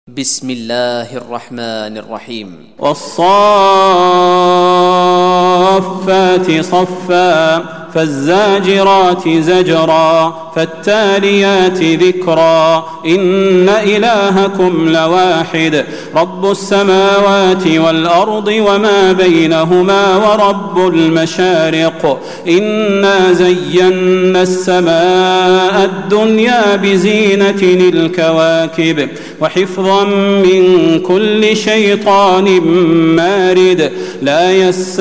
بسم الله الرحمن الرحيم والصافات صفا فالزاجرات زجرا فالتاليات ذكرا إن إلهكم لواحد رب السماوات والأرض وما بينهما ورب المشارق إنا زينا السماء الدنيا بزينة الكواكب وحفظا من كل شيطان مارد لا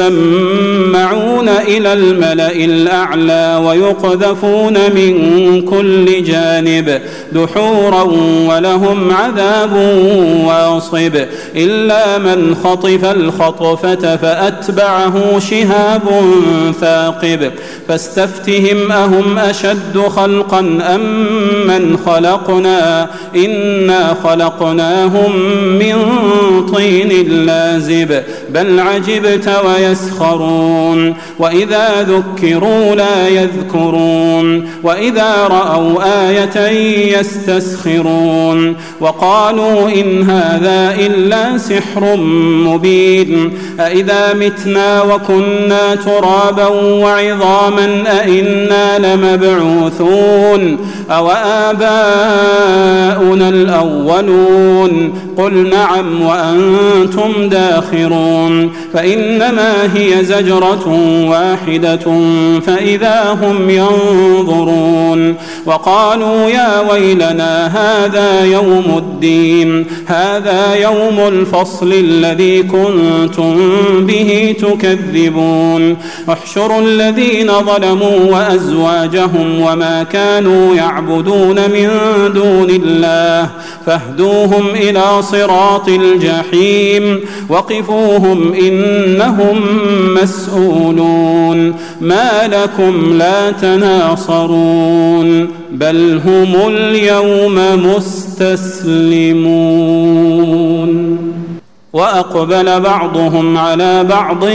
يسمعون إلى الملأ الأعلى ويقذفون من كل جانب دحورا ولهم عذاب واصب إلا من خطف الخطفة فأتبعه شهاب ثاقب فاستفتهم أهم أشد خلقا أم من خلقنا إنا خلقناهم من طين لازب بل عجبت ويسخرون وإذا ذكروا لا يذكرون وإذا رأوا آية يستسخرون وقالوا إن هذا إلا سحر مبين أإذا متنا وكنا ترابا وعظاما أإنا لمبعوثون أو آباؤنا الأولون قل نعم وأنتم داخرون فإنما هي زجرة واحدة فإذا هم ينظرون وقالوا يا ويلنا هذا يوم الدين هذا يوم الفصل الذي كنتم به تكذبون احشروا الذين ظلموا وأزواجهم وما كانوا يعبدون من دون الله فاهدوهم إلى صراط الجحيم وقفوهم إنهم مسؤولون ما لكم لا تناصرون بل هم اليوم مستسلمون وأقبل بعضهم على بعض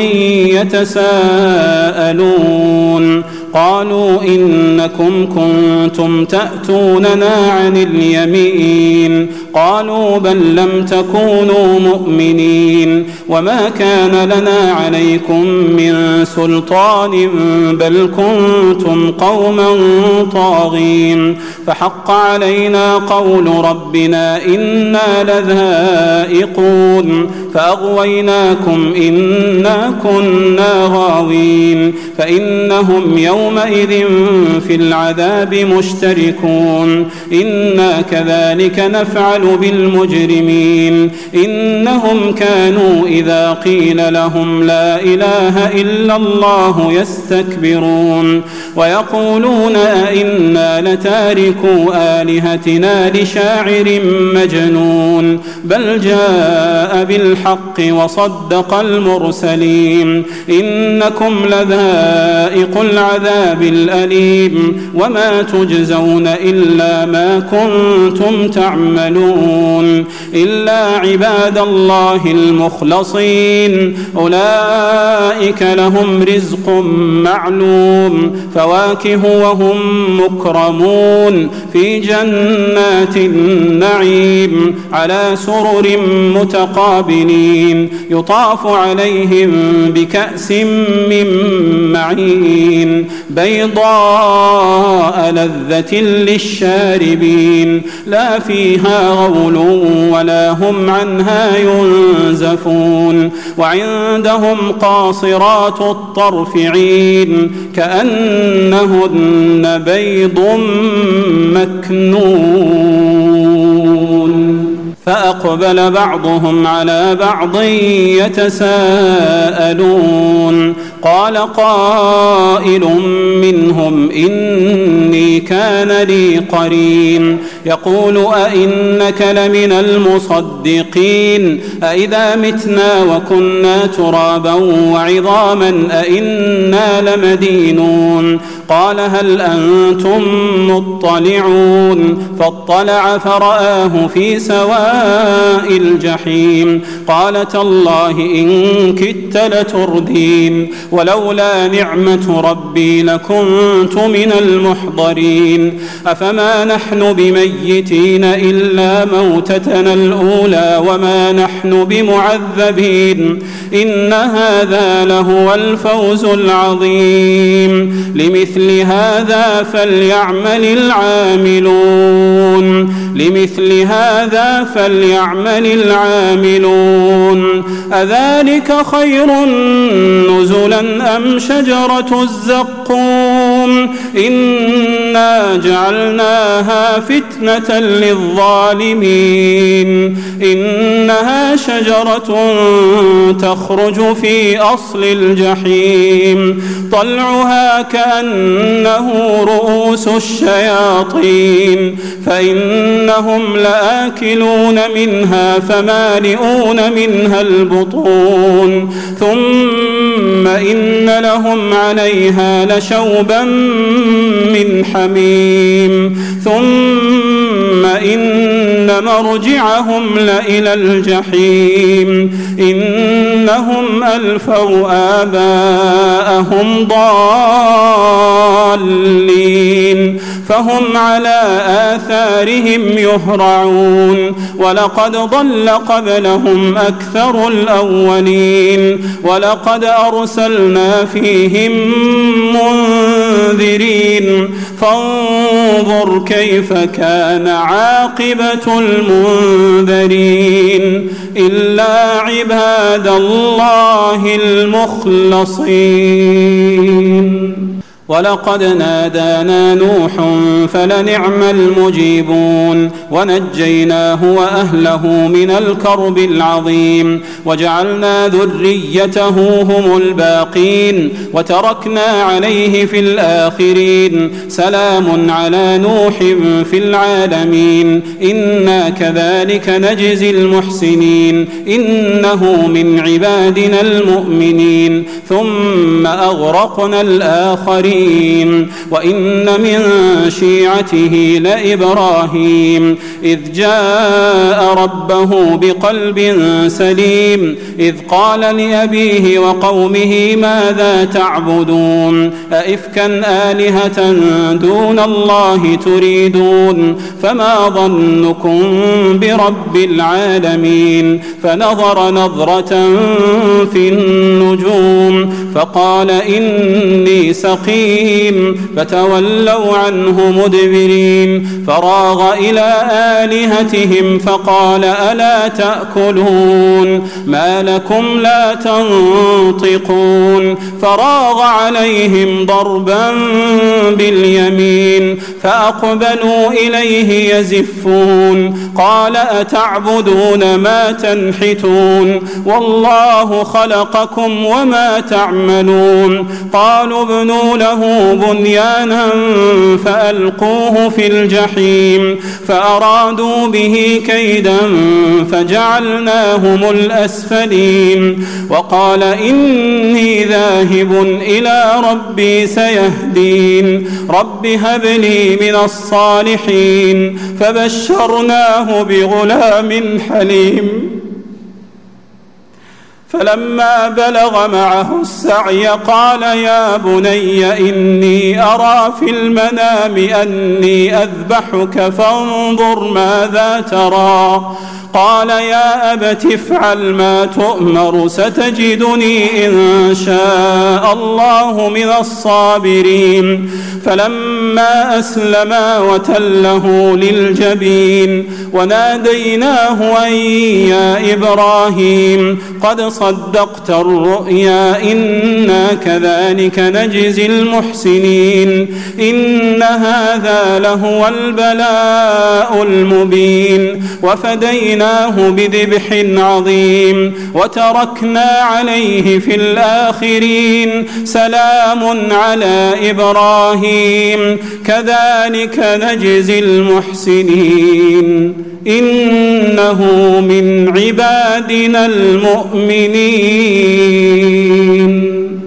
يتساءلون قالوا إنكم كنتم تأتوننا عن اليمين قالوا بل لم تكونوا مؤمنين وما كان لنا عليكم من سلطان بل كنتم قوما طاغين فحق علينا قول ربنا إنا لذائقون فأغويناكم إنا كنا غاوين فإنهم يومئذ في العذاب مشتركون إنا كذلك نفعل بالمجرمين إنهم كانوا إذا قيل لهم لا إله إلا الله يستكبرون ويقولون أئنا لتاركوا آلهتنا لشاعر مجنون بل جاء بالحق وصدق المرسلين إنكم لذائق العذاب الأليم وما تجزون إلا ما كنتم تعملون إلا عباد الله المخلصين أولئك لهم رزق معلوم فواكه وهم مكرمون في جنات النعيم على سرر متقابلين يطاف عليهم بكأس من معين بيضاء لذة للشاربين لا فيها غول ولا هم عنها ينزفون وعندهم قاصرات الطرف عين كأنهن بيض مكنون فأقبل بعضهم على بعض يتساءلون قال قائل منهم إني كان لي قرين يقول أئنك لمن المصدقين أئذا متنا وكنا ترابا وعظاما أئنا لمدينون قال هل أنتم مطلعون فاطلع فرآه في سواء الجحيم قال تالله إن كدت لتردين ولولا نعمة ربي لكنت من المحضرين أفما نحن بميتين إلا موتتنا الأولى وما نحن بمعذبين إن هذا لهو الفوز العظيم لمثل هذا فليعمل العاملون أذلك خير نزلا أم شجرة الزقوم إنا جعلناها فتنة للظالمين إنها شجرة تخرج في أصل الجحيم طلعها كأنه رؤوس الشياطين فإنهم لآكلون منها فمالئون منها البطون ثم إن لهم عليها لشوبا من حميم ثم إن مرجعهم لإلى الجحيم إنهم ألفوا آباءهم ضالين فهم على آثارهم يهرعون ولقد ضل قبلهم أكثر الأولين ولقد أرسلنا فيهم منذرين فانظر كيف كان عاقبة المنذرين إلا عباد الله المخلصين ولقد نادانا نوح فلنعم المجيبون ونجيناه وأهله من الكرب العظيم وجعلنا ذريته هم الباقين وتركنا عليه في الآخرين سلام على نوح في العالمين إنا كذلك نجزي المحسنين إنه من عبادنا المؤمنين ثم أغرقنا الآخرين وإن من شيعته لإبراهيم إذ جاء ربه بقلب سليم إذ قال لأبيه وقومه ماذا تعبدون أئفكا آلهة دون الله تريدون فما ظنكم برب العالمين فنظر نظرة في النجوم فقال إني سقيم فتولوا عنه مدبرين فراغ إلى آلهتهم فقال ألا تأكلون ما لكم لا تنطقون فراغ عليهم ضربا باليمين فأقبلوا إليه يزفون قال أتعبدون ما تنحتون والله خلقكم وما تعملون قالوا ابنوا له بنيانا فألقوه في الجحيم فأرادوا به كيدا فجعلناهم الأسفلين وقال إني ذاهب إلى ربي سيهدين رب هب لي من الصالحين فبشرناه بغلام حليم فلما بلغ معه السعي قال يا بني إني أرى في المنام أني أذبحك فانظر ماذا ترى قال يا أبت افعل ما تؤمر ستجدني إن شاء الله من الصابرين فلما أسلما وتله للجبين وناديناه أن يا إبراهيم قد صدقت الرؤيا إنا كذلك نجزي المحسنين إن هذا لهو البلاء المبين وفديناه بذبح عظيم وتركنا عليه في الآخرين سلام على إبراهيم كذلك نجزي المحسنين إنه من عبادنا المؤمنين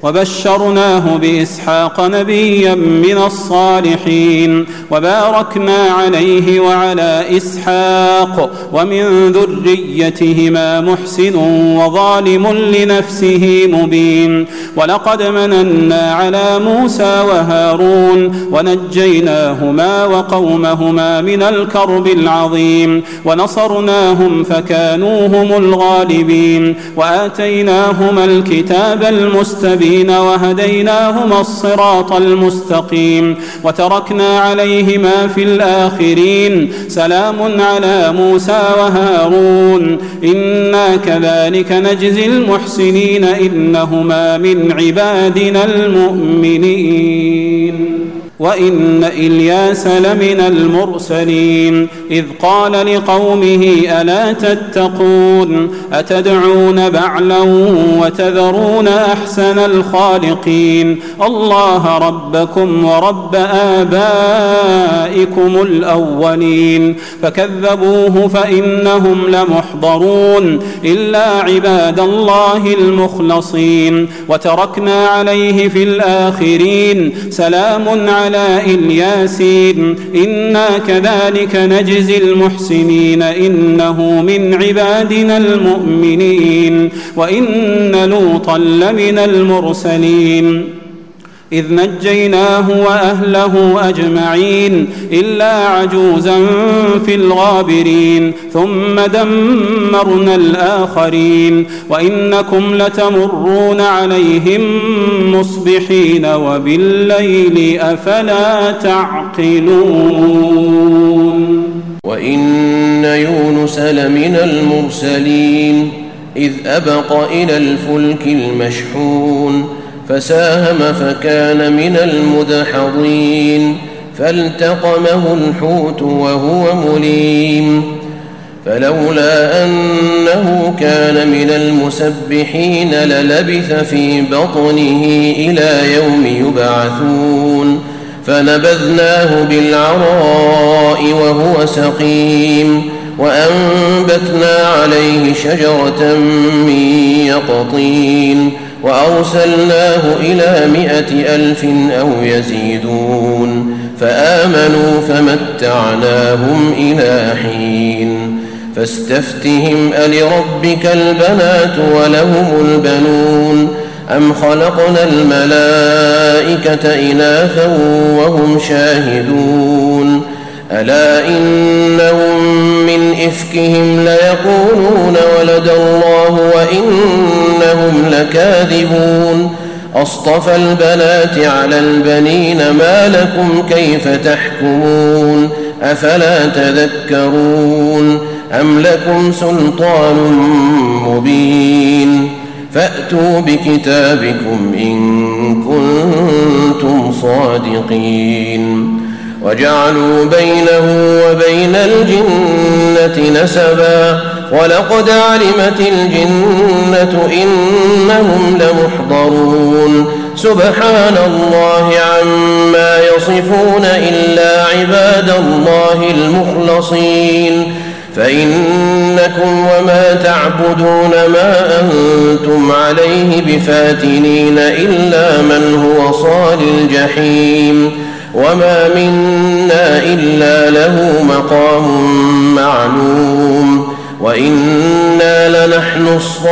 وبشرناه بإسحاق نبيا من الصالحين وباركنا عليه وعلى إسحاق ومن ذريتهما محسن وظالم لنفسه مبين ولقد مننا على موسى وهارون ونجيناهما وقومهما من الكرب العظيم ونصرناهم فكانوا هم الغالبين وآتيناهما الكتاب المستبين وهديناهما الصراط المستقيم وتركنا عليهما في الآخرين سلام على موسى وهارون إنا كذلك نجزي المحسنين إنهما من عبادنا المؤمنين وإن إلياس لمن المرسلين إذ قال لقومه ألا تتقون أتدعون بعلا وتذرون أحسن الخالقين الله ربكم ورب آبائكم الأولين فكذبوه فإنهم لمحضرون إلا عباد الله المخلصين وتركنا عليه في الآخرين سلام على الياسين إنا كذلك نجزي المحسنين إنه من عبادنا المؤمنين وإن لوطا لمن المرسلين إذ نجيناه وأهله أجمعين إلا عجوزا في الغابرين ثم دمرنا الآخرين وإنكم لتمرون عليهم مصبحين وبالليل أفلا تعقلون وإن يونس لمن المرسلين إذ أبق إلى الفلك المشحون فساهم فكان من المدحضين فالتقمه الحوت وهو مليم فلولا أنه كان من المسبحين للبث في بطنه إلى يوم يبعثون فنبذناه بالعراء وهو سقيم وأنبتنا عليه شجرة من يقطين وأرسلناه إلى 100,000 أو يزيدون فآمنوا فمتعناهم إلى حين فاستفتهم ألربك البنات ولهم البنون أم خلقنا الملائكة إناثا وهم شاهدون ألا إنهم من إفكهم ليقولون ولد الله وإنهم لكاذبون أصطفى البنات على البنين ما لكم كيف تحكمون أفلا تذكرون أم لكم سلطان مبين فأتوا بكتابكم إن كنتم صادقين وجعلوا بينه وبين الجنة نسبا ولقد علمت الجنة إنهم لمحضرون سبحان الله عما يصفون إلا عباد الله المخلصين فإنكم وما تعبدون ما أنتم عليه بفاتنين إلا من هو صال الجحيم وما منا إلا له مقام معلوم وإنا لنحن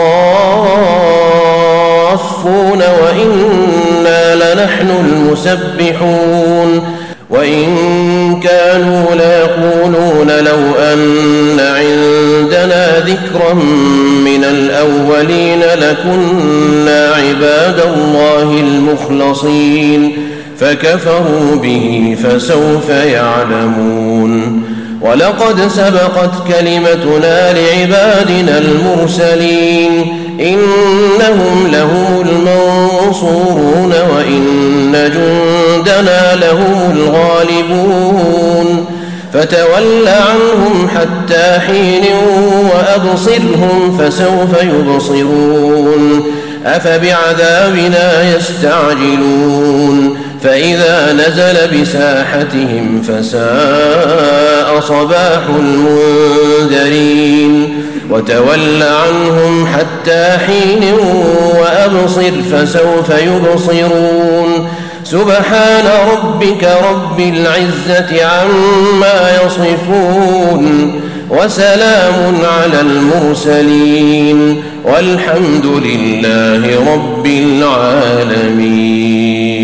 الصافون وإنا لنحن المسبحون وإن كانوا ليقولون لو أن عندنا ذكرا من الأولين لكنا عباد الله المخلصين فكفروا به فسوف يعلمون ولقد سبقت كلمتنا لعبادنا المرسلين إنهم لهم المنصورون وإن جندنا لهم الغالبون فتول عنهم حتى حين وأبصرهم فسوف يبصرون أفبعذابنا يستعجلون فإذا نزل بساحتهم فساء صباح المنذرين وتول عنهم حتى حين وأبصر فسوف يبصرون سبحان ربك رب العزة عما يصفون وسلام على المرسلين والحمد لله رب العالمين.